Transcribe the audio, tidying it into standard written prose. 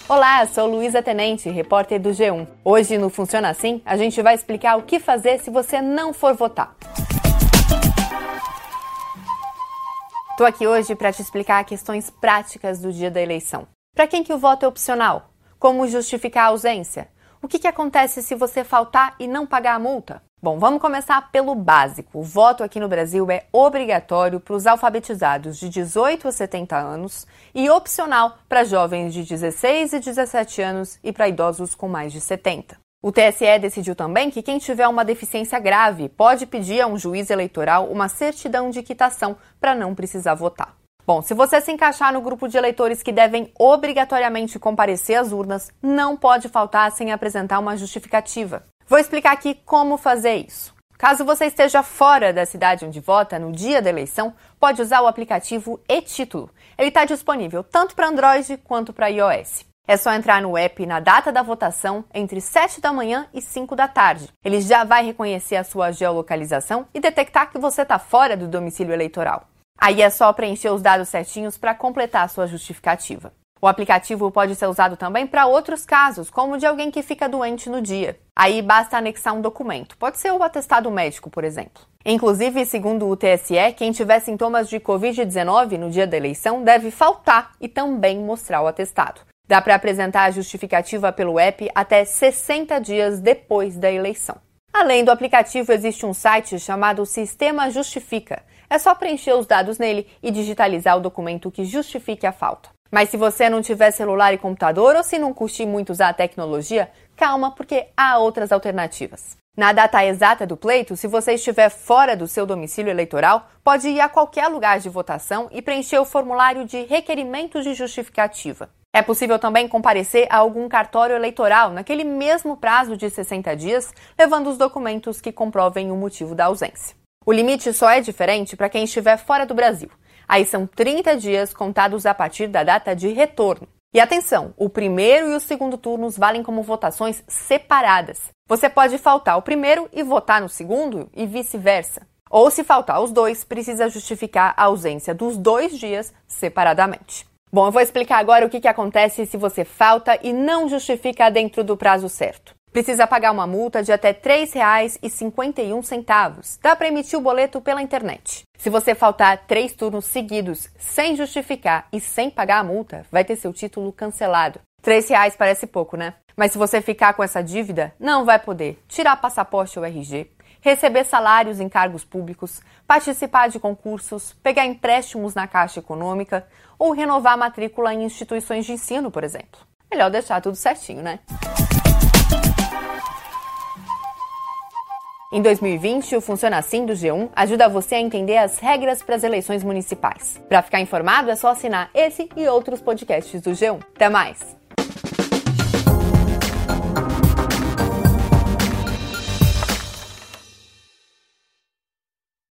Olá, sou Luísa Tenente, repórter do G1. Hoje no Funciona Assim, a gente vai explicar o que fazer se você não for votar. Tô aqui hoje para te explicar questões práticas do dia da eleição. Para quem que o voto é opcional? Como justificar a ausência? O que acontece se você faltar e não pagar a multa? Bom, vamos começar pelo básico. O voto aqui no Brasil é obrigatório para os alfabetizados de 18 a 70 anos e opcional para jovens de 16 e 17 anos e para idosos com mais de 70. O TSE decidiu também que quem tiver uma deficiência grave pode pedir a um juiz eleitoral uma certidão de quitação para não precisar votar. Bom, se você se encaixar no grupo de eleitores que devem obrigatoriamente comparecer às urnas, não pode faltar sem apresentar uma justificativa. Vou explicar aqui como fazer isso. Caso você esteja fora da cidade onde vota no dia da eleição, pode usar o aplicativo e-Título. Ele está disponível tanto para Android quanto para iOS. É só entrar no app na data da votação entre 7 da manhã e 5 da tarde. Ele já vai reconhecer a sua geolocalização e detectar que você está fora do domicílio eleitoral. Aí é só preencher os dados certinhos para completar a sua justificativa. O aplicativo pode ser usado também para outros casos, como de alguém que fica doente no dia. Aí basta anexar um documento, pode ser o atestado médico, por exemplo. Inclusive, segundo o TSE, quem tiver sintomas de Covid-19 no dia da eleição deve faltar e também mostrar o atestado. Dá para apresentar a justificativa pelo app até 60 dias depois da eleição. Além do aplicativo, existe um site chamado Sistema Justifica. É só preencher os dados nele e digitalizar o documento que justifique a falta. Mas se você não tiver celular e computador ou se não curtir muito usar a tecnologia, calma, porque há outras alternativas. Na data exata do pleito, se você estiver fora do seu domicílio eleitoral, pode ir a qualquer lugar de votação e preencher o formulário de requerimento de justificativa. É possível também comparecer a algum cartório eleitoral naquele mesmo prazo de 60 dias, levando os documentos que comprovem o motivo da ausência. O limite só é diferente para quem estiver fora do Brasil. Aí são 30 dias contados a partir da data de retorno. E atenção, o primeiro e o segundo turnos valem como votações separadas. Você pode faltar o primeiro e votar no segundo e vice-versa. Ou se faltar os dois, precisa justificar a ausência dos 2 dias separadamente. Bom, eu vou explicar agora o que acontece se você falta e não justifica dentro do prazo certo. Precisa pagar uma multa de até R$ 3,51. Dá para emitir o boleto pela internet. Se você faltar 3 turnos seguidos sem justificar e sem pagar a multa, vai ter seu título cancelado. R$ 3 parece pouco, né? Mas se você ficar com essa dívida, não vai poder tirar passaporte ou RG, receber salários em cargos públicos, participar de concursos, pegar empréstimos na Caixa Econômica ou renovar a matrícula em instituições de ensino, por exemplo. Melhor deixar tudo certinho, né? Em 2020, o Funciona Assim do G1 ajuda você a entender as regras para as eleições municipais. Para ficar informado, é só assinar esse e outros podcasts do G1. Até mais!